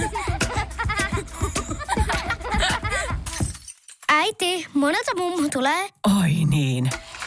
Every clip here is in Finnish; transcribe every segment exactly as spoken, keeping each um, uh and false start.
Äiti, monelta mummu tulee? Oi niin.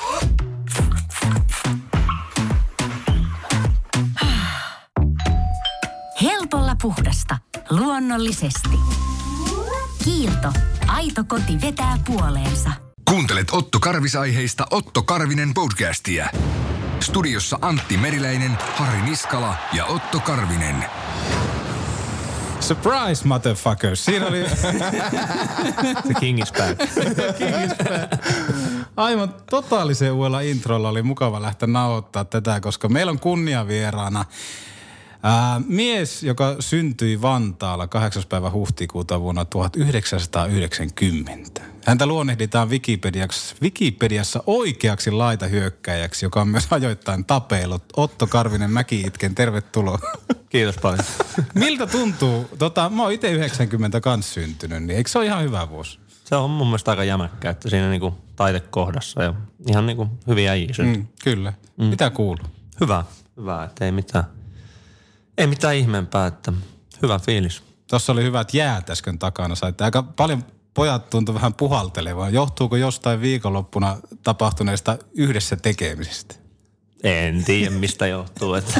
Helpolla puhdasta. Luonnollisesti. Kiilto. Aito koti vetää puoleensa. Kuuntelet Otto Karvis-aiheista Otto Karvinen podcastia. Studiossa Antti Meriläinen, Harri Niskala ja Otto Karvinen. Surprise, motherfuckers. Siinä oli... The king is back. King is back. Aivan totaalisen uudella introlla oli mukava lähteä nauhoittaa tätä, koska meillä on kunniavieraana ää, mies, joka syntyi Vantaalla kahdeksas päivä huhtikuuta vuonna tuhatyhdeksänsataayhdeksänkymmentä. Häntä luonnehditaan Wikipediassa oikeaksi laitahyökkäjäksi, joka on myös ajoittain tapellut. Otto Karvinen Mäki-Itken, tervetuloa. Kiitos paljon. Miltä tuntuu? Tota, mä oon itse yhdeksänkymmentä kans syntynyt, niin eikö se ole ihan hyvä vuosi? Se on mun mielestä aika jämäkkä, että siinä niinku taitekohdassa ja ihan niinku hyviä äijiä syntyy. Mm, kyllä. Mm. Mitä kuuluu? Hyvä. Hyvä, että ei mitään, ei mitään ihmeempää, että hyvä fiilis. Tuossa oli hyvät jäät äsken takana. Saitte aika paljon pojat tuntui vähän puhaltelevan. Johtuuko jostain viikonloppuna tapahtuneesta yhdessä tekemisestä? En tiedä, mistä johtuu. Että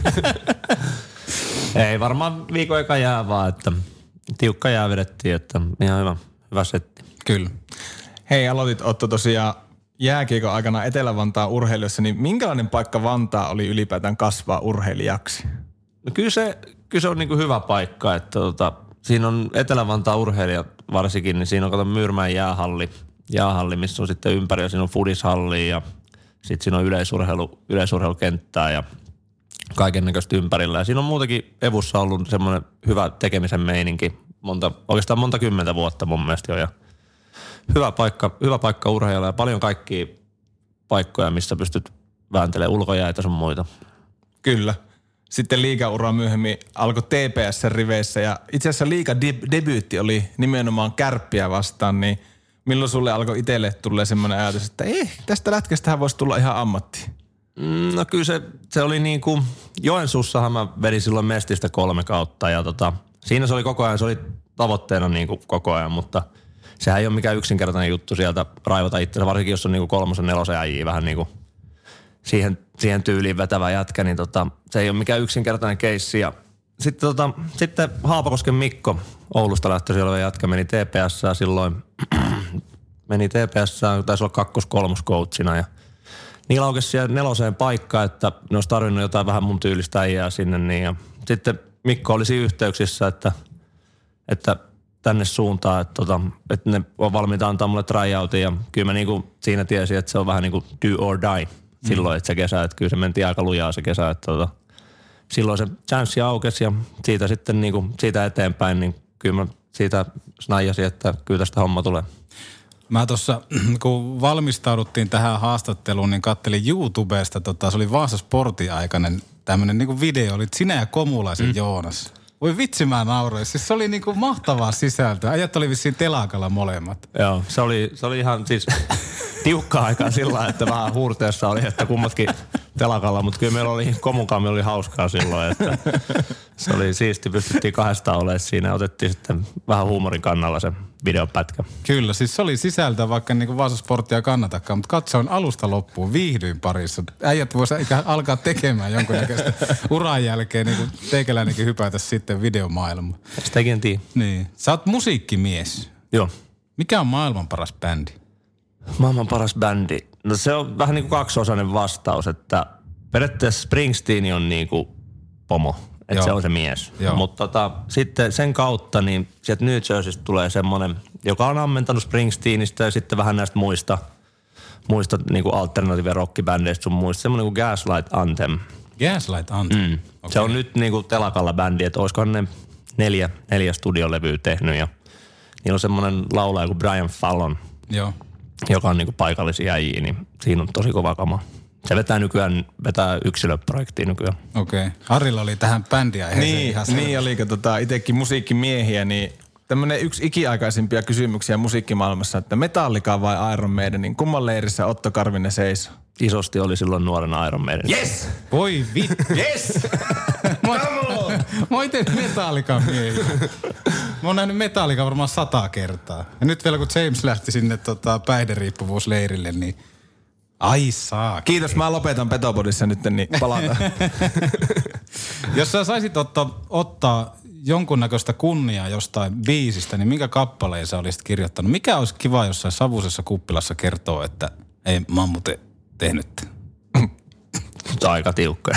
ei varmaan viikon eka jää vaan, että tiukka jää vedettiin, että ihan hyvä, hyvä setti. Kyllä. Hei, aloitit Otto tosiaan jääkiekon aikana Etelä-Vantaan urheilijoissa, niin minkälainen paikka Vantaa oli ylipäätään kasvaa urheilijaksi? No kyllä se, kyllä se on niin kuin hyvä paikka, että tota, siinä on Etelä-Vantaan urheilijat varsinkin, niin siinä on kato Myyrmäen jäähalli, jäähalli, missä on sitten ympäri ja siinä on fudishalli ja sitten siinä on yleisurheilu, yleisurheilukenttää ja kaikennäköistä ympärillä. Ja siinä on muutenkin Evussa ollut semmoinen hyvä tekemisen meininki, monta, oikeastaan monta kymmentä vuotta mun mielestä jo. Ja hyvä paikka, hyvä paikka urheilijalle ja paljon kaikkia paikkoja, missä pystyt vääntelemään ulkojäitä sun muita. Kyllä. Sitten liigaura myöhemmin alkoi T P S-riveissä ja itse asiassa liigadebyytti oli nimenomaan Kärppiä vastaan, niin milloin sulle alkoi itselle tulla semmoinen ajatus, että eh, tästä lätkästähän voisi tulla ihan ammatti? No kyllä se, se oli niin kuin, Joensuussahan mä vedin silloin Mestistä kolme kautta ja tota, siinä se oli koko ajan, se oli tavoitteena niin kuin koko ajan, mutta sehän ei ole mikään yksinkertainen juttu sieltä raivata itsensä, varsinkin jos on niin kuin kolmosen nelosen äijä vähän niin kuin siihen, siihen tyyliin vetävä jätkä, niin tota, se ei ole mikään yksinkertainen keissi. Ja sitten, tota, sitten Haapakosken Mikko, Oulusta lähtöisin oleva jätkä, meni T P S:ään silloin, meni T P S:ään, taisi olla kakkos-kolmos-coachina ja niillä aukesi siellä neloseen paikkaa, että ne olisi tarvinnut jotain vähän mun tyylistä äijää sinne. Niin ja sitten Mikko olisi yhteyksissä, että, että tänne suuntaan, että, tota, että ne on valmiita antaa mulle tryoutin ja kyllä mä niinku siinä tiesin, että se on vähän niin kuin do or die silloin, että se kesä, että kyllä se mentiin aika lujaa se kesä, että tota, silloin se chanssi aukesi ja siitä sitten niinku, siitä eteenpäin, niin kyllä mä siitä snaijasin, että kyllä tästä homma tulee. Mä tuossa, kun valmistauduttiin tähän haastatteluun, niin kattelin YouTubesta, tota, se oli Vaasa Sportin aikainen tämmönen niinku video, oli sinä ja Komulaisen mm. Joonas. Voi vitsi, mä nauroin. Siis se oli niinku mahtavaa sisältöä. Äijät oli vissiin telakalla molemmat. Joo, se oli, se oli ihan siis tiukkaa aikaa sillä, että vähän huurteessa oli, että kummatkin telakalla, mutta kyllä meillä oli komunkaan, meillä oli hauskaa silloin, että se oli siisti, pystyttiin kahdestaan olemaan siinä ja otettiin sitten vähän huumorin kannalla se videopätkä. Kyllä, siis se oli sisältö, vaikka niinku Vaasa Sporttia kannatakaan, mutta katsoin alusta loppuun, viihdyin parissa. Äijät voisi alkaa tekemään jonkunnäköistä uran jälkeen, niin kuin teikäläinenkin hypätä sitten videomaailmaan. Sitä en tiedä. Niin. Sä oot musiikkimies. Joo. Mikä on maailman paras bändi? Maailman paras bändi? No se on vähän niin kuin kaksiosainen vastaus, että periaatteessa Springsteen on niin kuin pomo. Että se on se mies. Mutta tota, sitten sen kautta niin sieltä New Jerseystä tulee semmoinen, joka on ammentanut Springsteenistä ja sitten vähän näistä muista, muista niinku alternative rockibändeistä sun muista. Semmoinen kuin Gaslight Anthem. Gaslight Anthem? Mm. Okay. Se on nyt niinku telakalla bändi, että olisikohan ne neljä, neljä studiolevyä tehnyt ja niillä on semmoinen laulaja kuin Brian Fallon, Joo. joka on niinku paikallisia äijiä, niin siinä on tosi kova kama. Se vetää nykyään, vetää yksilöprojektia nykyään. Okei. Okay. Harrilla oli tähän bändiaiheeseen niin, ihan niin oliko tota, itsekin musiikkimiehiä, niin tämmönen yksi ikiaikaisimpia kysymyksiä musiikkimaailmassa, että Metallica vai Iron Maiden, niin kumman leirissä Otto Karvinen seisoo? Isosti oli silloin nuorena Iron Maiden. Yes! Voi vittu. Yes! Come on! Mä oon ite Metallican miehiä. Mä oon nähnyt Metallican varmaan sata kertaa. Ja nyt vielä kun James lähti sinne tota, päihderiippuvuusleirille, niin ai saa. Kiitos, mä lopetan Petopodissa nyt, niin palataan. Jos sä saisit ottaa, ottaa jonkunnäköistä kunniaa jostain biisistä, niin minkä kappaleen sä olisit kirjoittanut? Mikä olisi kiva jossain savusessa kuppilassa kertoa, että ei mä oon muuten tehnyt? Aika tiukka.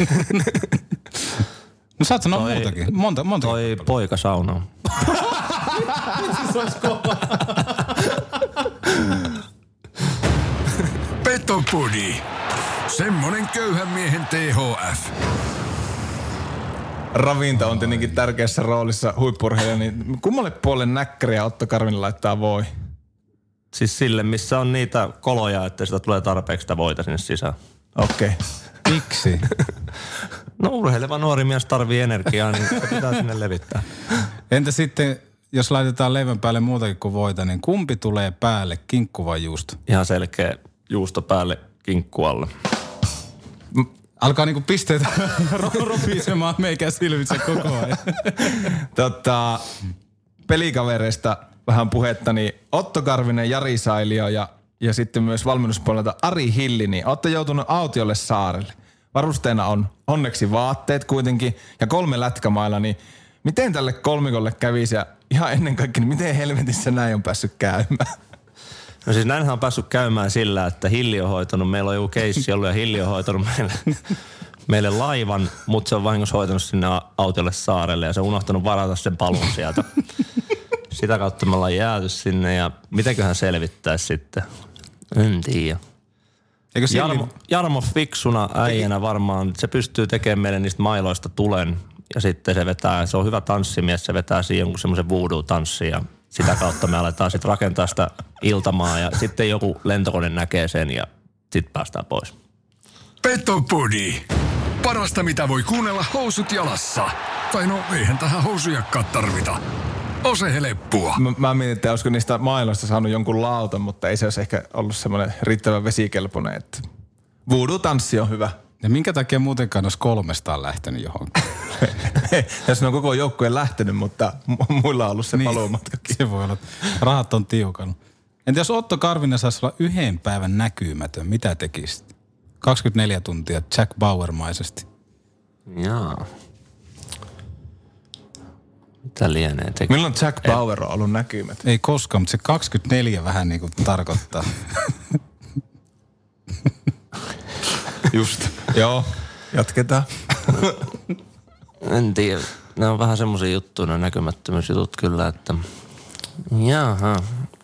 No saat sanoa toi, muutakin. Monta, monta. Toi poika saunaa. Se olisi kova. Petopodi. Semmonen köyhän miehen T H F. Ravinto on tietenkin tärkeässä roolissa huippu-urheilija, niin kummalle puolelle näkkäriä Otto Karvinen laittaa voi? Siis sille, missä on niitä koloja, että sitä tulee tarpeeksi sitä voita sinne sisään. Okei. Okay. Miksi? No urheileva nuori mies tarvii energiaa, niin se pitää sinne levittää. Entä sitten, jos laitetaan leivän päälle muutakin kuin voita, niin kumpi tulee päälle, kinkku vai juusto? Ihan selkeä juusto päälle, kinkku alle. Alkaa niinku pisteet ropisemaan meikään silmissä koko ajan. Tota, pelikavereista vähän puhetta, niin Otto Karvinen, Jari Sailio ja, ja sitten myös valmennuspuolelta Ari Hilli, niin olette joutunut autiolle saarelle. Varusteena on onneksi vaatteet kuitenkin ja kolme lätkämailla, niin miten tälle kolmikolle kävisi ja ihan ennen kaikkea, niin miten helvetissä näin on päässyt käymään? No siis näinhän on päässyt käymään sillä, että Hilli on hoitanut, meillä on joku keissi ollut ja Hilli on hoitanut meille, meille laivan, mutta se on vahingossa hoitanut sinne autiolle saarelle ja se on unohtanut varata sen palun sieltä. Sitä kautta me ollaan jääty sinne ja mitenköhän selvittäisi sitten? En tiedä. Eikö Jarmo, Jarmo fiksuna äijänä varmaan, se pystyy tekemään meille niistä mailoista tulen ja sitten se vetää, se on hyvä tanssimies, se vetää siihen jonkun semmoisen voodoo-tanssin ja sitä kautta me aletaan sitten rakentaa sitä iltamaa ja sitten joku lentokone näkee sen ja sitten päästään pois. Petopodi. Parasta mitä voi kuunnella housut jalassa. Tai no eihän tähän housujakkaan tarvita. Ose heleppua. Mä, mä mietin, että olisiko niistä mailoista saanut jonkun lautan, mutta ei se olisi ehkä ollut semmoinen riittävän vesikelpoinen, että voodoo-tanssi on hyvä. Ja minkä takia muutenkaan olisi kolmestaan lähtenyt johonkin? Tässä on koko joukkue lähtenyt, mutta mu- muilla on ollut se niin, paluumatkakin. Se voi olla. Rahat on tiukannut. Entä jos Otto Karvinen saisi olla yhden päivän näkymätön, mitä tekisit? kaksikymmentäneljä tuntia Jack Bauer-maisesti. Jaa. Mitä lienee tekee? Milloin Jack Bauer on ollut näkymätön? Ei koskaan, mutta se kaksikymmentäneljä vähän niin kuin tarkoittaa. Just. Joo, jatketaan. En tiedä. Ne on vähän semmoisia juttuja, ne näkymättömyysjutut kyllä, että jaha.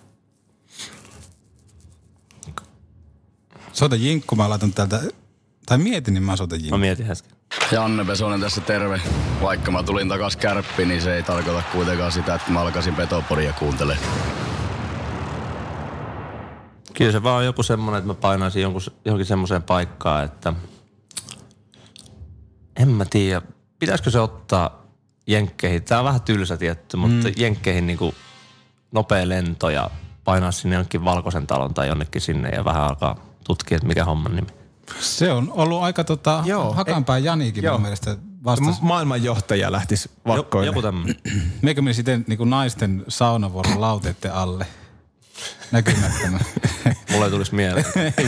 Soita jinkku, mä laitan täältä, tai mietin, niin mä soitan jinkku. Mä mietin hetken. Janne Pesonen tässä terve. Vaikka mä tulin takas Kärppiin, niin se ei tarkoita kuitenkaan sitä, että mä alkaisin Petopodia kuuntelemaan. Kyllä se vaan on joku semmoinen, että mä painaisin jonkun, johonkin semmoiseen paikkaan, että en mä tiedä, pitäisikö se ottaa jenkkeihin. Tää on vähän tylsä tietty, mutta mm. jenkkeihin niinku nopea lento ja painaa sinne jonnekin Valkoisen talon tai jonnekin sinne ja vähän alkaa tutkia, että mikä homman nimi. Se on ollut aika tota, joo, Hakanpää Janikin mun mielestä vastas. Maailmanjohtaja lähtisi vakkoille. Joku tämmöinen. Meikö meni sitten niin kuin naisten saunavuoron lauteiden alle näkymättömän? Mulle ei tulisi mieleen.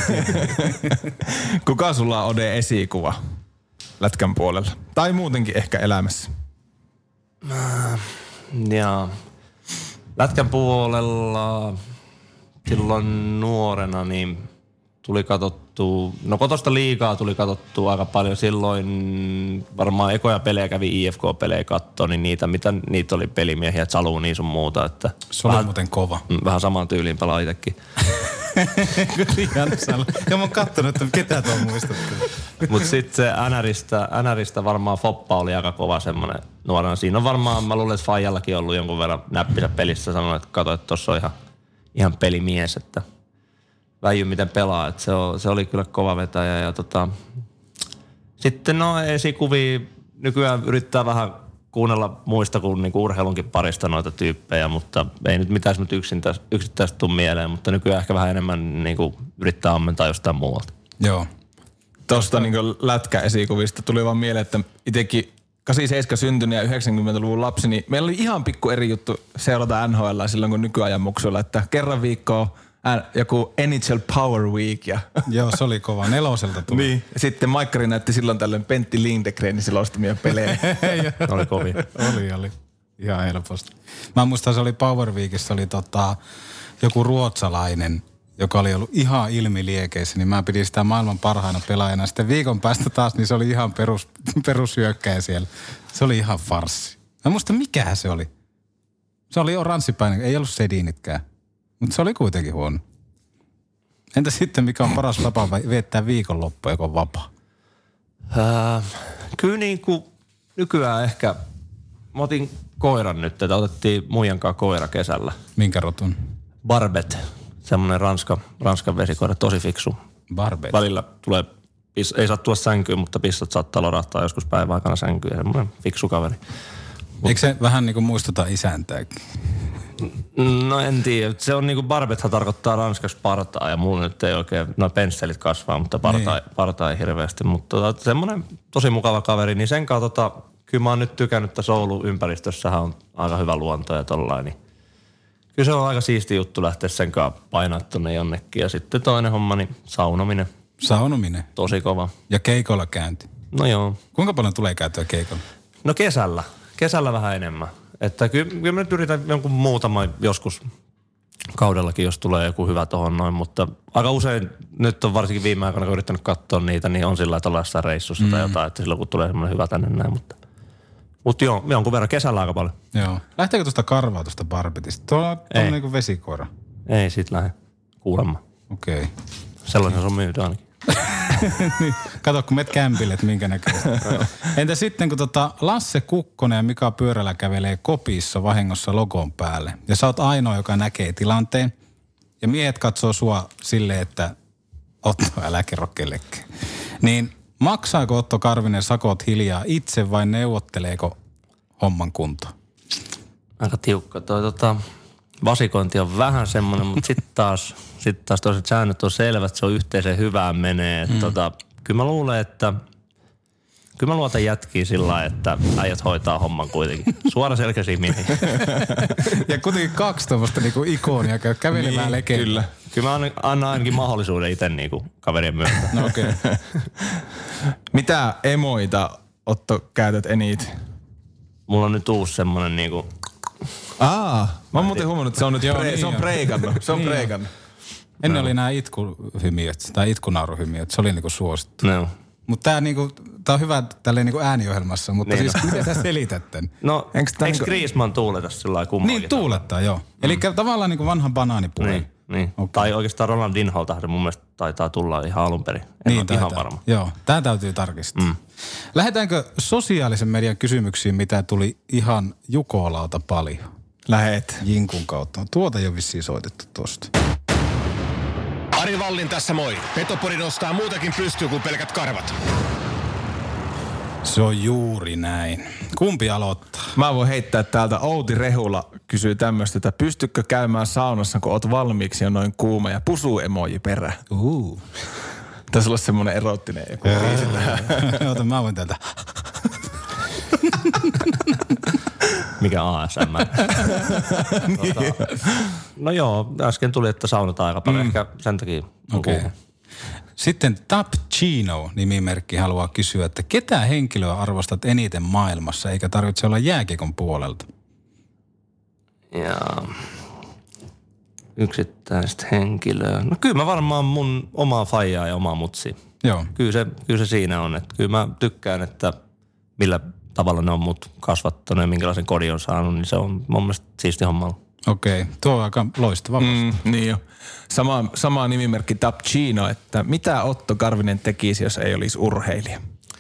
Kuka sulla on Ode esikuva lätkän puolella? Tai muutenkin ehkä elämässä? Jaa. Lätkän puolella silloin nuorena niin tuli katsottua, no kotosta liigaa tuli katsottua aika paljon. Silloin varmaan ekoja pelejä kävi I F K-pelejä katsoa, niin niitä, mitä niitä oli pelimiehiä, Saluni sun muuta. Että se oli vähän, muuten kova. Vähän samaan tyyliin pelaa itsekin. Ja mä oon kattonut, että ketä tuon muistattu. Mut sit se Näristä, Näristä varmaan Foppa oli aika kova semmonen nuorena. Siinä on varmaan, mä luulen, että Fajallakin ollut jonkun verran näppisä pelissä. Sanoin, että katso, että tossa on ihan, ihan pelimies, että väijy miten pelaa. Että se, on, se oli kyllä kova vetäjä. Ja tota, sitten no esikuvia nykyään yrittää vähän kuunnella muista kuin niinku urheilunkin parista noita tyyppejä, mutta ei nyt mitään yksittäistä tule mieleen, mutta nykyään ehkä vähän enemmän niinku yrittää ammentaa jostain muualta. Joo. Tuosta niinku lätkäesikuvista tuli vaan mieleen, että itsekin kahdeksankymmentäseitsemän syntynyt ja yhdeksänkymmentäluvun lapsi, niin meillä oli ihan pikku eri juttu seurata N H L silloin kuin nykyajan muksuilla, että kerran viikkoon joku N H L Power Week. Ja Joo, se oli kova. Neloselta tuli. Niin. Sitten Maikkari näytti silloin tällöin Pentti Lindegrenin selostamia pelejä. Oli kovin. Oli, oli. Ihan helposti. Mä muistan, se oli Power Weekissä, oli tota, joku ruotsalainen, joka oli ollut ihan ilmiliekeissä, niin mä pidin sitä maailman parhaina pelaajana. Sitten viikon päästä taas, niin se oli ihan perus, perushyökkäjä siellä. Se oli ihan farssi. Mä muistan, mikähän se oli. Se oli oranssipäinen, ei ollut Sedinitkään. Mutta se oli kuitenkin huono. Entä sitten, mikä on paras tapa viettää viikonloppu, joka on vapaa? Äh, kyllä niin kuin nykyään ehkä, mä otin koiran nyt, että otettiin muijan kanssa koira kesällä. Minkä rotun? Barbet, semmoinen ranska, ranskan vesikoira, tosi fiksu. Barbet. Välillä tulee, ei saa tulla sänkyyn, mutta pissat saattaa lorahtaa joskus päivän aikana sänkyyn. Semmoinen fiksu kaveri. Eikö se vähän niin kuin muistuta isäntääkin? No en tiedä. Se on niinku barbethan tarkoittaa ranskaksi partaa ja mulla nyt ei oikein, no pensselit kasvaa, mutta partaa, niin. partaa ei hirveästi. Mutta tota, semmoinen tosi mukava kaveri, niin sen kautta tota, kyllä mä oon nyt tykännyt, että Oulun ympäristössähän on aika hyvä luonto ja tollain. Niin kyllä se on aika siisti juttu lähteä sen kanssa painaa tonne jonnekin. Ja sitten toinen homma, niin saunominen. Saunominen? Tosi kova. Ja keikolla käynti? No joo. Kuinka paljon tulee käytyä keikolla? No kesällä. Kesällä vähän enemmän. Että kyllä, kyllä mä nyt yritän jonkun muutaman joskus kaudellakin, jos tulee joku hyvä tohon noin, mutta aika usein nyt on varsinkin viime aikoina, kun yrittänyt katsoa niitä, niin on sillä lailla, että ollaan jossain reissussa mm. tai jotain, että silloin kun tulee semmoinen hyvä tänne näin, mutta, mutta joo, jonkun verran kesällä aika paljon. Joo. Lähteekö tuosta karvaa tuosta Barbetista? Tuo on niin kuin vesikoira. Ei, sit lähde kuulemma. Okei. Okay. Sellainen se on myyty ainakin. Niin, kato, kun menet kämpille, että minkä näköistä. Entä sitten, kun tota Lasse Kukkonen ja Mika Pyörällä kävelee kopissa vahingossa logon päälle. Ja sä oot ainoa, joka näkee tilanteen. Ja miehet katsoo sua silleen, että Otto, älä kerro kellekään. Niin maksaako Otto Karvinen sakot hiljaa itse vai neuvotteleeko homman kunto? Aika tiukka. Toi tota, vasikointi on vähän semmoinen, mutta sitten taas, sit taas toiset säännöt on selvät, se on yhteiseen hyvään menee. Mm. Tota, kyllä mä luulen, että kyllä mä luotan jätkiä sillä lailla, että äijät hoitaa homman kuitenkin. Suora selkäisiä miehiä. Ja kuitenkin kaksi tuommoista niinku ikonia käy kävelemään niin, lekeillä. Kyllä. Kyllä mä annan ainakin mahdollisuuden itse niinku kaverien myötä. No okei. Okay. Mitä emoita, Otto, käytät eniten? Mulla on nyt uusi semmonen niinku... Aa, mä oon muuten huomannut, että se on nyt Joo, pre- niin se on preikannut. Se on niin preikannut. Ennen no. oli nämä itkuhymiöt tai itkunauruhymiöt, se oli niinku suosittu. No. Mutta tää niinku, tää on hyvä tälleen niinku ääniohjelmassa, mutta niin siis no. miten sä selität tän? No, eikö niinku... Griezmann tuuleta sillä lailla kummankin? Niin, tuulettaa, joo. Mm. Eli tavallaan niinku vanha banaanipuhe. Niin, niin. Okay. Tai oikeastaan Ronaldinholta se mun mielestä taitaa tulla ihan alun perin. En niin, ole taitaa. ihan varma. Joo, tää täytyy tarkistaa. Mm. Lähdetäänkö sosiaalisen median kysymyksiin, mitä tuli ihan Jukolalta paljon? Lähet. Jinkun kautta. Tuota ei ole vissiin soitettu tosta. Ari Vallin tässä moi. Petopori nostaa muutakin pystyy kuin pelkät karvat. Se on juuri näin. Kumpi aloittaa? Mä voin heittää täältä. Outi Rehula kysyy tämmöistä, että pystykö käymään saunassa, kun oot valmiiksi ja noin kuuma ja pusuu emoji perä. Uh. Tässä olisi semmoinen erottinen joku biisi tähän. Ota, mä voin täältä. Mikä A S M R? Niin. tota, no joo, äsken tuli, että saunataan aika paljon. Mm. Ehkä sen takia on okay. kuuma. Sitten Tapchino nimimerkki haluaa kysyä, että ketä henkilöä arvostat eniten maailmassa, eikä tarvitse olla jääkiekon puolelta? Ja yksittäistä henkilöä. No kyllä mä varmaan mun omaa faijaa ja omaa mutsia. Joo. Kyllä se, kyllä se siinä on. Että kyllä mä tykkään, että millä tavalla ne on mut kasvattanut ja minkälaisen kodin on saanut, niin se on mun mielestä siisti hommalla. Okei, tuo on aika loistava vastaus. Mm, niin jo. Sama, sama nimimerkki Tapchino, että mitä Otto Karvinen tekisi, jos ei olisi urheilija?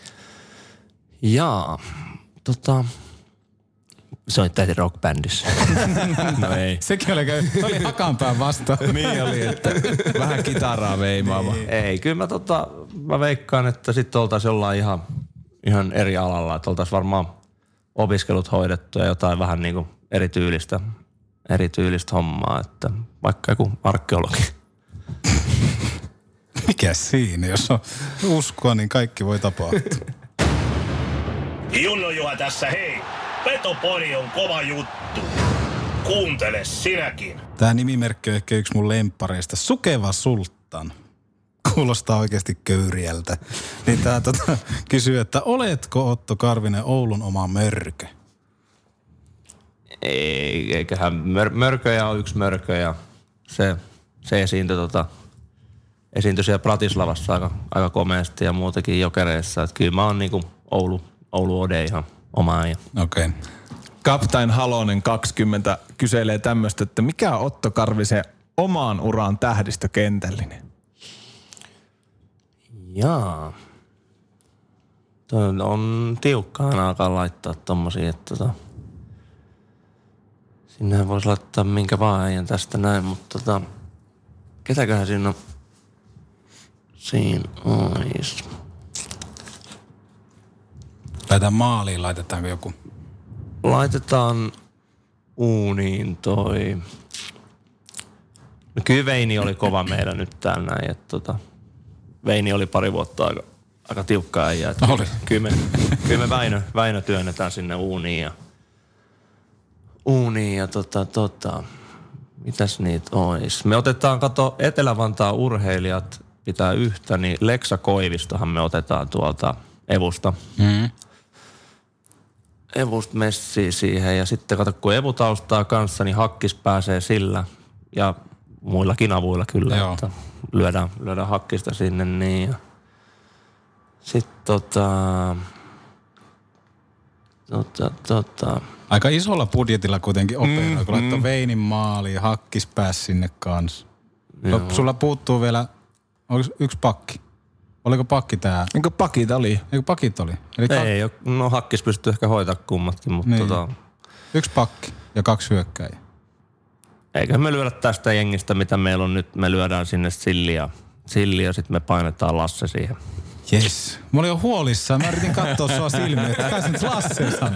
Jaa, tota... Soittaisi rockbändissä. No ei. Sekin oli, se oli Hakanpään vasta. Niin oli, että vähän kitaraa veimaava. Niin. Ei, kyllä mä, tota, mä veikkaan, että sitten oltaisiin jollain ihan, ihan eri alalla. Että oltaisiin varmaan opiskelut hoidettu ja jotain vähän niin kuin erityylistä, erityylistä hommaa. Että vaikka joku arkeologi. Mikä siinä? Jos on uskoa, niin kaikki voi tapahtua. Junno Juha tässä, hei. Petopodi on kova juttu. Kuuntele sinäkin. Tää nimimerkki on ehkä yksi mun lemppareista. Sukeva Sultan. Kuulostaa oikeasti köyriältä. Niin tää tota, kysyy, että oletko Otto Karvinen Oulun oma mörkö? Ei, eiköhän mör, mörköjä on yksi mörkö ja se, se esiintyi, tota, esiintyi siellä Bratislavassa aika, aika komeasti ja muutenkin Jokereissa. Että kyllä mä oon niinku Oulu, Oulu Ode ihan omaan. Okei. Okay. Kaptain Halonen kaksikymmentä kyselee tämmöistä, että mikä on Otto Karvisen omaan uraan tähdistökentällinen? Jaa. Toi on tiukkaa aina alkaa laittaa tommosia, että tota, sinnehän voisi laittaa minkä vaan äijän tästä näin, mutta tota, ketäköhän siinä on? Siinä ois. Laitetaan maaliin, laitetaanko joku? Laitetaan uuniin toi. No kyllä Veini oli kova meillä nyt täällä näin, että tota, Veini oli pari vuotta aika, aika tiukkaa äijää. Oli. Kyllä me, kyllä me Väinö, Väinö työnnetään sinne uuniin ja uuniin ja tota, tota, mitäs niitä ois? Me otetaan, kato, Etelä-Vantaan urheilijat pitää yhtä, niin Leksa Koivistohan me otetaan tuolta Evusta. Mm. Evusta messiä siihen ja sitten kato, kun Evu taustaa kanssa, niin Hakkis pääsee sillä ja muillakin avuilla kyllä, Joo. että lyödään, lyödään Hakkista sinne niin ja sitten tota, tota, tota. Aika isolla budjetilla kuitenkin operoi, mm, kun laittoi mm. Veinin maaliin, Hakkis pääsi sinne kanssa. Joo. Sulla puuttuu vielä, onko yksi pakki? Oliko pakki tää? Eikö pakit oli? Eikö pakit oli? Eli ka- Ei, no Hakkis pystyy ehkä hoitaa kummatkin, mutta niin. tota, Yksi pakki ja kaksi hyökkäjää. eiköhän me lyödä tästä jengistä, mitä meillä on nyt. Me lyödään sinne Silli ja, Silli ja sitten me painetaan Lasse siihen. Jes. Mä olin jo huolissaan. Mä yritin katsoa sua silmiä, että kai sä nyt Lasse sanoo.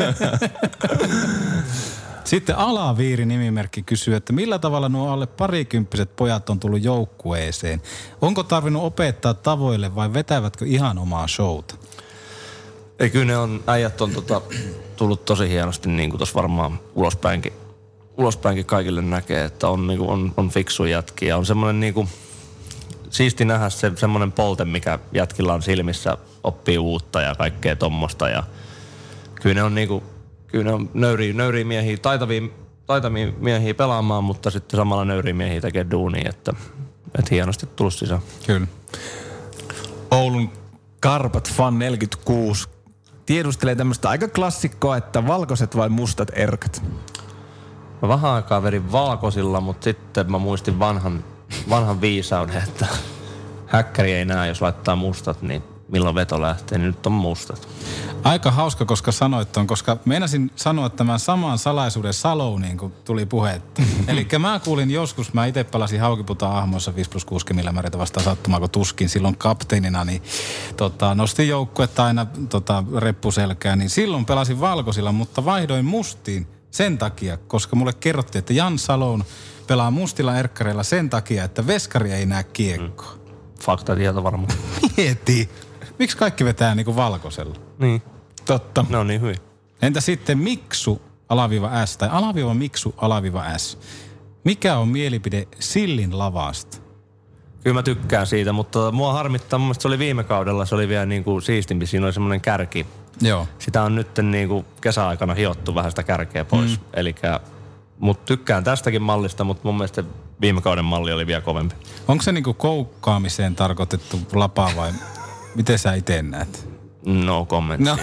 Sitten Alaviiri nimimerkki kysyy, että millä tavalla nuo alle parikymppiset pojat on tullut joukkueeseen? Onko tarvinnut opettaa tavoille vai vetävätkö ihan omaa showta? Ei, kyllä ne on, äijät on tota, tullut tosi hienosti, niin kuin tuossa varmaan ulospäinkin, ulospäinkin kaikille näkee, että on, niin kuin, on, on fiksu jätkiä. On semmoinen niin kuin, siisti nähdä se, semmoinen polte, mikä jätkillä on silmissä, oppii uutta ja kaikkea tommosta. Ja kyllä ne on, niin kuin, kyllä ne on nöyriä, nöyriä miehiä, taitavia, taitavia miehiä pelaamaan, mutta sitten samalla nöyriä miehiä tekee duunia, että, että hienosti tullut sisään. Kyllä. Oulun Karpat Fan neljäkymmentäkuusi tiedustelee tämmöistä aika klassikkoa, että valkoiset vai mustat erkat? Mä vähän aikaa vedin valkoisilla, mutta sitten mä muistin vanhan, vanhan viisauden, että häkkäri ei näe, jos laittaa mustat, niin milloin veto lähtee, niin nyt on mustat. Aika hauska, koska sanoit ton, koska meinasin sanoa tämän saman salaisuuden Saloniin, kun tuli puhetta. Eli mä kuulin joskus, mä itse pelasin Haukiputa-ahmoissa viisi plus kuusi millimetriä vastaan sattumaa, kun tuskin silloin kapteenina, niin tota, nostin joukkuetta aina tota, reppuselkään, niin silloin pelasin valkoisilla, mutta vaihdoin mustiin sen takia, koska mulle kerrottiin, että Jan Salon pelaa mustilla erkkareilla sen takia, että veskari ei näe kiekkoa. Mm. Faktatieto varmaan. Mieti. Miksi kaikki vetää niinku valkoisella? Niin. Totta. Ne on niin hyvin. Entä sitten miksu alaviiva S tai alaviiva miksu alaviiva S? Mikä on mielipide Sillin lavasta? Kyllä mä tykkään siitä, mutta mua harmittaa, mun mielestä se oli viime kaudella, se oli vielä niin kuin siistimpi, siinä oli semmoinen kärki. Joo. Sitä on nyt niin kuin kesäaikana hiottu vähän sitä kärkeä pois. Mm. Elikkä, mut tykkään tästäkin mallista, mutta mun mielestä viime kauden malli oli vielä kovempi. Onko se niinku koukkaamiseen tarkoitettu lapa vai miten sä itse näet? No comment. No.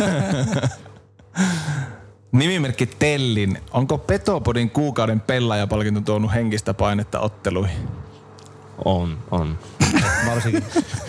Nimimerkki Tellin. Onko Petopodin kuukauden pelaajapalkinto tuonut henkistä painetta otteluihin? On, on. Varsinkin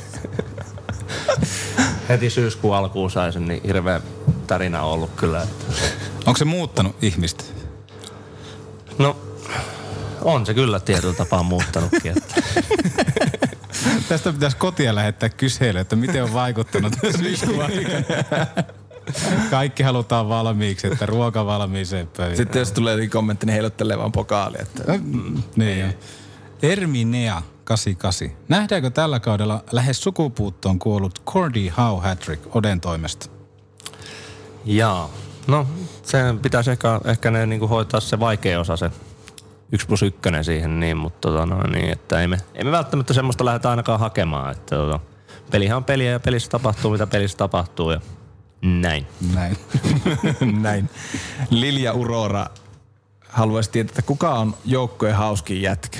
heti syyskuun alkuun sai sen, niin hirveä tärinä on ollut kyllä. Että. Onko se muuttanut ihmistä? No, on se kyllä tietyllä tapaa muuttanutkin. Että. Tästä pitäisi kotia lähettää kyselyä, että miten on vaikuttanut syyskuun aikana. Kaikki halutaan valmiiksi, että ruoka valmiiseen pöytään. Sitten jos tulee kommentti, niin heiluttelee vaan pokaali. Että. Mm, niin. Erminea kahdeksankymmentäkahdeksan. Nähdäänkö tällä kaudella lähes sukupuuttoon kuollut Cordy Howe hattrick Oden toimesta? Jaa. No, sen pitäisi ehkä, ehkä ne niinku hoitaa se vaikea osa, se yksi plus ykkönen siihen niin, mutta tota no, niin, että ei me, ei me välttämättä semmoista lähdetä ainakaan hakemaan, että tota, pelihän on peliä ja pelissä tapahtuu mitä pelissä tapahtuu ja näin. Näin. Näin. Lilja Urora haluaisi tietää, että kuka on joukkojen hauskin jätkä?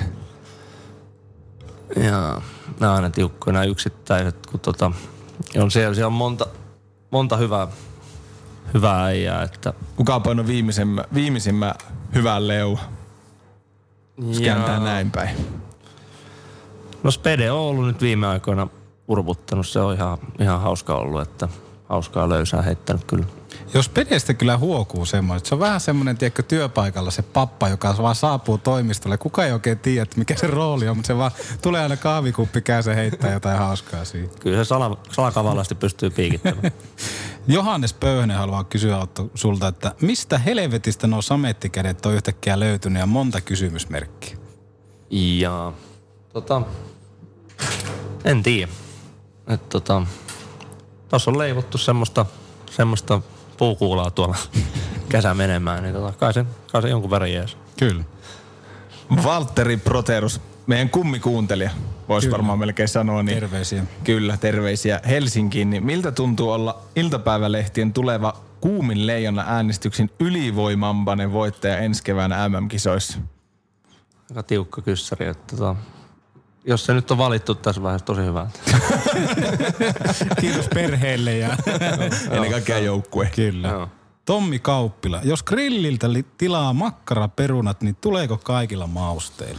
Jaa, nämä on aina tiukkoja nämä yksittäiset, kun tota, on siellä, siellä on monta, monta hyvää, hyvää äijää, että... Kuka on painut viimeisimmä, viimeisimmä hyvän leu? Jos kääntää näin päin. No Spede on ollut nyt viime aikoina urputtanut, se on ihan, ihan hauska ollut, että hauskaa löysää heittänyt kyllä. Jos Pedestä kyllä huokuu semmoinen, että se on vähän semmoinen, tiedätkö, työpaikalla se pappa, joka vaan saapuu toimistolle. Kuka ei oikein tiedä, mikä se rooli on, mutta se vaan tulee aina kahvikuppi käsi heittää jotain hauskaa siitä. Kyllä se sala, salakavallasti pystyy piikittämään. Johannes Pöyhnen haluaa kysyä Otto sulta, että mistä helvetistä nuo samettikädet on yhtäkkiä löytynyt ja monta kysymysmerkkiä? Ja tota, en tiedä. Että tota, tossa on leivottu semmoista, semmoista puukuulaa tuolla kesä menemään, niin tota, kai, se, kai se jonkun verran jees. Kyllä. Valtteri Proterus, meidän kummikuuntelija, voisi varmaan melkein sanoa. Niin, terveisiä. Kyllä, terveisiä Helsinkiin. Niin miltä tuntuu olla iltapäivälehtien tuleva kuumin leijona äänestyksen ylivoimampainen voittaja ensi keväänä M M-kisoissa? Aika tiukka kyssäri, että tota, jos se nyt on valittu tässä vaiheessa tosi hyvältä. Kiitos perheelle ja ennen kaikkea joukkue. Kyllä. Joo. Tommi Kauppila, jos grilliltä li- tilaa makkaraperunat, niin tuleeko kaikilla mausteilla?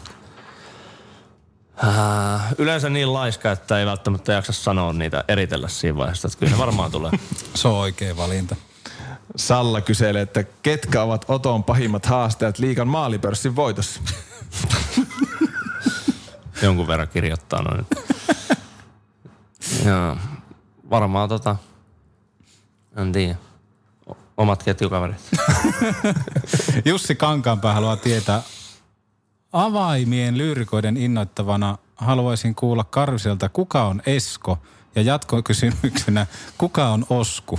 Äh, yleensä niin laiska, että ei välttämättä jaksa sanoa niitä eritellä siinä vaiheessa, että kyllä ne varmaan tulee. Se on oikea valinta. Salla kyselee, että ketkä ovat Oton pahimmat haasteet liigan maalipörssin voitossa? Jonkun verran kirjoittaa noin. Joo, varmaan tota, en tiedä, omat ketjukaverit. Jussi Kankaanpää haluaa tietää, avaimien lyyrikoiden innoittavana haluaisin kuulla Karviselta, kuka on Esko ja jatkokysymyksenä, kuka on Osku?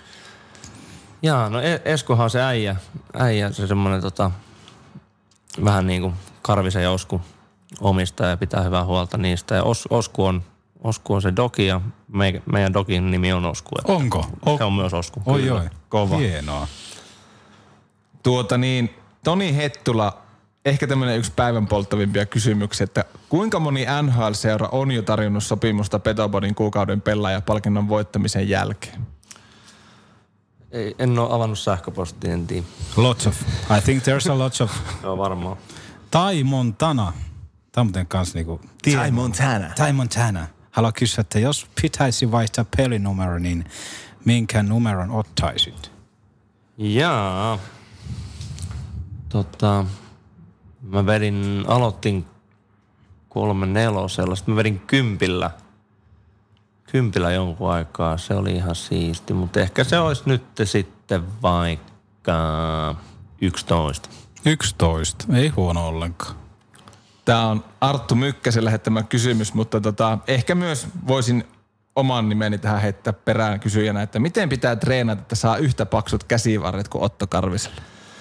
Jaa, no Eskohan on se äijä, äijä se semmoinen tota, vähän niin kuin Karvisen ja Osku omistaa ja pitää hyvää huolta niistä. Ja Os, Osku, on, Osku on se doki ja me, meidän dokin nimi on Osku. Onko? O- se on myös Osku. Oi kyllä. oi, kova. Hienoa. Tuota niin, Toni Hettula, ehkä tämmöinen yksi päivän polttavimpia kysymyksiä, että kuinka moni N H L-seura on jo tarjonnut sopimusta Petopodin kuukauden pelaajapalkinnon voittamisen jälkeen? Ei, en ole avannut sähköpostia, en tiedä. Lots of. I think there's a lot of. Joo, varmaan. Tai Montana. Tämä on muuten kans niinku... Tai Montana. Tai Montana. Haluan kysyä, että jos pitäisi vaihtaa pelinumero, niin minkä numeron ottaisit? Jaa. Tota, mä vedin, aloitin kolme nelosella, sitten mä vedin kympillä. Kympillä jonkun aikaa, se oli ihan siisti, mutta ehkä se olisi nyt sitten vaikka yksitoista. yksitoista, ei huono ollenkaan. Tämä on Arttu Mykkäsen lähettämä kysymys, mutta tota, ehkä myös voisin oman nimeni tähän heittää perään kysyjänä, että miten pitää treenata, että saa yhtä paksut käsivarret kuin Otto Karvisella?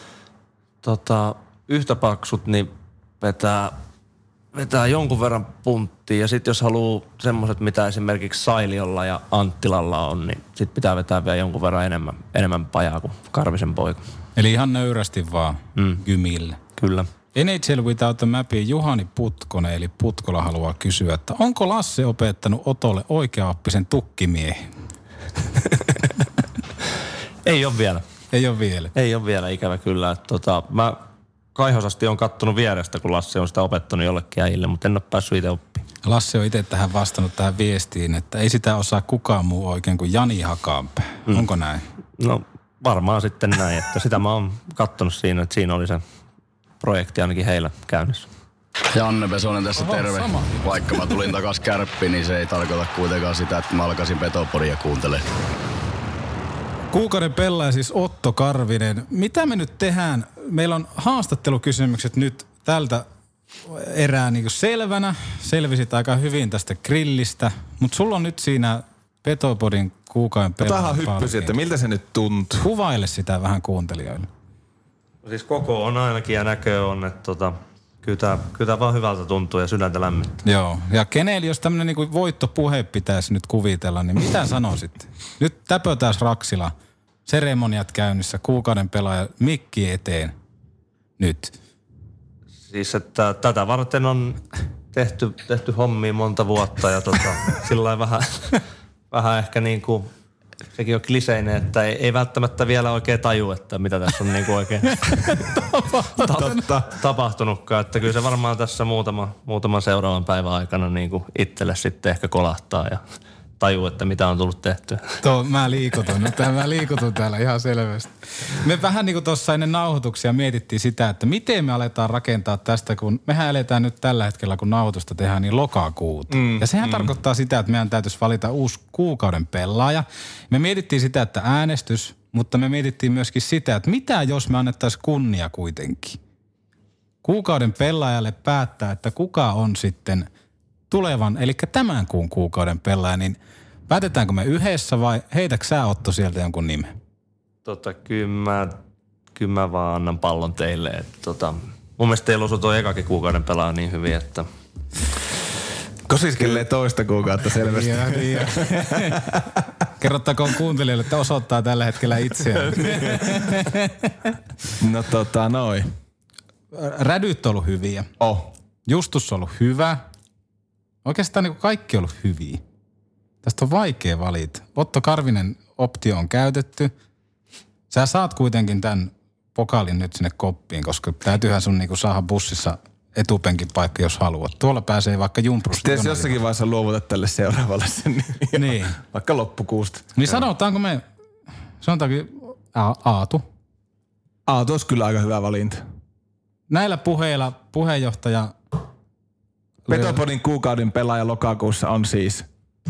Tota, yhtä paksut, niin vetää, vetää jonkun verran punttia. Ja sitten jos haluaa semmoiset, mitä esimerkiksi Sailiolla ja Anttilalla on, niin sit pitää vetää vielä jonkun verran enemmän, enemmän pajaa kuin Karvisen poika. Eli ihan nöyrästi vaan mm. gymille. Kyllä. N H L Without a Mapin Juhani Putkonen, eli Putkola haluaa kysyä, että onko Lasse opettanut Otolle oikeaoppisen tukkimiehen? Ei ole vielä. Ei ole vielä. Ei ole vielä, ikävä kyllä. Että tota, mä kaihosasti on kattonut vierestä, kun Lasse on sitä opettanut jollekin äijille, mutta en ole päässyt itse oppimaan. Lasse on itse tähän vastannut tähän viestiin, että ei sitä osaa kukaan muu oikein kuin Jani Hakaanpää. Mm. Onko näin? No varmaan sitten näin, että sitä mä oon kattonut siinä, että siinä oli se projekti ainakin heillä käynnissä. Janne Pesonen tässä Oho, terve. sama. Vaikka mä tulin takas Kärppiin, niin se ei tarkoita kuitenkaan sitä, että mä alkaisin Petopodia kuuntelemaan. Kuukauden pelaaja siis Otto Karvinen. Mitä me nyt tehdään? Meillä on haastattelukysymykset nyt tältä erää niin kuin selvänä. Selvisit aika hyvin tästä grillistä, mutta sulla on nyt siinä Petopodin kuukauden pelaajan Otahan hyppysi, palkinto. että miltä se nyt tuntuu. Kuvaile sitä vähän kuuntelijoille. Siis koko on ainakin ja näkö on, että tota, kyllä tää, kyllä tää vaan hyvältä tuntuu ja sydäntä lämmittää. Joo. Ja kenelle, jos tämmönen niinku voittopuhe pitäisi nyt kuvitella, niin mitä sanoisit? Nyt täpötäis Raksila. Seremoniat käynnissä, kuukauden pelaaja mikki eteen. Nyt. Siis, että tätä varten on tehty, tehty hommia monta vuotta ja tota, sillä vähän, vähän ehkä niinku, sekin on kliseinen, että ei, ei välttämättä vielä oikein taju, että mitä tässä on niinku oikein ta- tapahtunutkaan. Että kyllä se varmaan tässä muutama, muutaman seuraavan päivän aikana niinku itselle sitten ehkä kolahtaa ja tajuu, että mitä on tullut tehtyä. Tuo, mä liikutun nyt, mä liikutun täällä ihan selvästi. Me vähän niin kuin tuossa ennen nauhoituksia mietittiin sitä, että miten me aletaan rakentaa tästä, kun mehän eletään nyt tällä hetkellä, kun nauhoitusta tehdään, niin lokakuuta. Mm, ja sehän mm. tarkoittaa sitä, että meidän täytyisi valita uusi kuukauden pelaaja. Me mietittiin sitä, että äänestys, mutta me mietittiin myöskin sitä, että mitä jos me annettaisiin kunnia kuitenkin. Kuukauden pelaajalle päättää, että kuka on sitten tulevan, eli tämän kuun kuukauden pelaaja, niin päätetäänkö me yhdessä vai heitäkö sä Otto sieltä jonkun nimen? Tota, kyllä mä, kyllä mä vaan annan pallon teille. Että, tota, mun mielestä teillä osui tuo ekakin kuukauden pelaa niin hyvin, että... Kosiskelee toista kuukautta selvästi. Ja, ja. Kerrottakoon kuuntelijoille, että osoittaa tällä hetkellä itseään. No tota noin. Rädyt on ollut hyviä. Oh. Justus on ollut hyvä. Oikeastaan niin kuin kaikki on ollut hyviä. Tästä on vaikea valita. Otto Karvinen optio on käytetty. Sä saat kuitenkin tämän pokaalin nyt sinne koppiin, koska täytyyhän sun niinku saada bussissa etupenkin paikka, jos haluat. Tuolla pääsee vaikka jumprusta. Sitten jos jossakin vaiheessa luovutat tälle seuraavalle sen, niin, niin. vaikka loppukuusta. Niin sanotaanko me, sanotaanko A- Aatu? Aatu olisi kyllä aika hyvä valinta. Näillä puheilla puheenjohtaja... Petopodin kuukauden pelaaja lokakuussa on siis...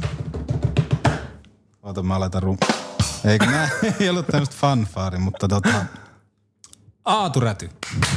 Oota, mä laitan rum... Eikö nää? Ei ollut tämmöistä fanfaari, mutta tota... Aatu Räty.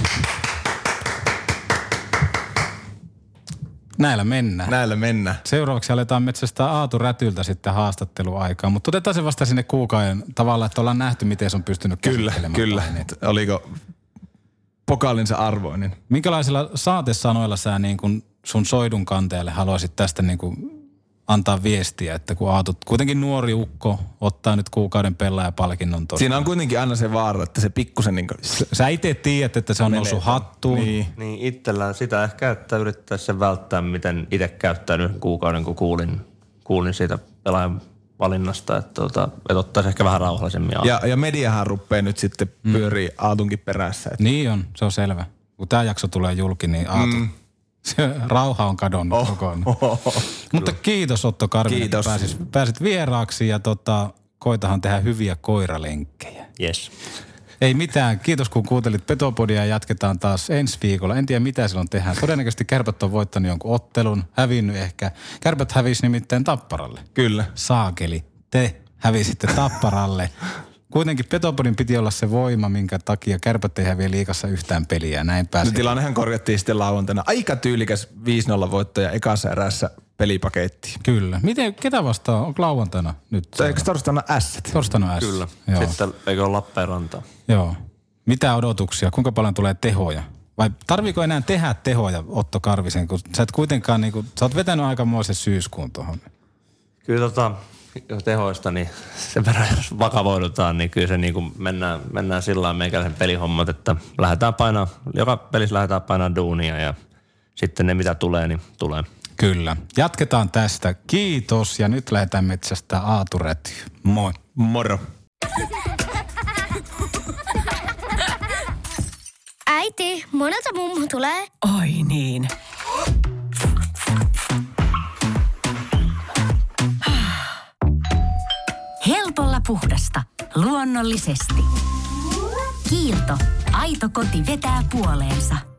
Näillä mennään. Näillä mennään. Seuraavaksi aletaan metsästää Aatu Rätyltä sitten haastatteluaikaa, mutta otetaan se vasta sinne kuukauden tavalla, että ollaan nähty, miten se on pystynyt Kyllä, kyllä. Paineet. Oliko pokaalinsa arvoinen? Minkälaisilla saatesanoilla sä niin kun sun soidun kantajalle haluaisit tästä niin kun antaa viestiä, että kun Aatu, kuitenkin nuori ukko, ottaa nyt kuukauden pelaajapalkinnon tuosta. Siinä on kuitenkin aina se vaara, että se pikkusen niin kuin... Sä itse tiedät, että se on noussut hattuun. Niin. Niin itsellään sitä ehkä, että yrittäisi sen välttää, miten itse käyttänyt kuukauden, kun kuulin, kuulin siitä pelaajan valinnasta, että, tuota, että ottaisi ehkä vähän rauhallisemmin. Ja, ja mediahan rupeaa nyt sitten pyörii mm. Aatunkin perässä. Että... Niin on, se on selvä. Kun tämä jakso tulee julki, niin Aatu... Mm. Se rauha on kadonnut oh, kokonaan. Oh, oh, oh. Mutta kiitos Otto Karvinen, kiitos. Että pääsit, pääsit vieraaksi ja tota, koitahan tehdä hyviä koiralenkkejä. Yes. Ei mitään. Kiitos kun kuuntelit Petopodia ja jatketaan taas ensi viikolla. En tiedä mitä silloin tehdään. Todennäköisesti Kärpät on voittanut jonkun ottelun, hävinnyt ehkä. Kärpät hävisi nimittäin Tapparalle. Kyllä. Saakeli, te hävisitte Tapparalle. Kuitenkin Petopodin piti olla se voima, minkä takia Kärpät ei häviä liigassa yhtään peliä. Näin pääsi. No, tilannehan korjattiin sitten lauantaina. Aika tyylikäs viisi nolla voitto ja ekassa erässä pelipaketti. Kyllä. Miten, ketä vastaan? Onko lauantaina nyt? Eikö torstaina ässät? Torstaina ässät. Kyllä. Joo. Sitten eikö ole Lappeenrantaa? Joo. Mitä odotuksia? Kuinka paljon tulee tehoja? Vai tarviiko enää tehdä tehoja, Otto Karvisen? Kun sä et kuitenkaan, niin kuin, sä oot vetänyt aikamoisen syyskuun tuohon. Kyllä tota... tehoista, niin sen verran jos vakavoidutaan, niin kyllä se niin kuin mennään, mennään sillä lailla meikäläisen pelihommat, että lähdetään painaa, joka pelissä lähdetään painaa duunia ja sitten ne mitä tulee, niin tulee. Kyllä. Jatketaan tästä. Kiitos ja nyt lähdetään metsästä Aatu Räty. Moi. Moro. Äiti, monelta mummu tulee? Oi niin. Helpolla puhdasta. Luonnollisesti. Kiilto. Aito koti vetää puoleensa.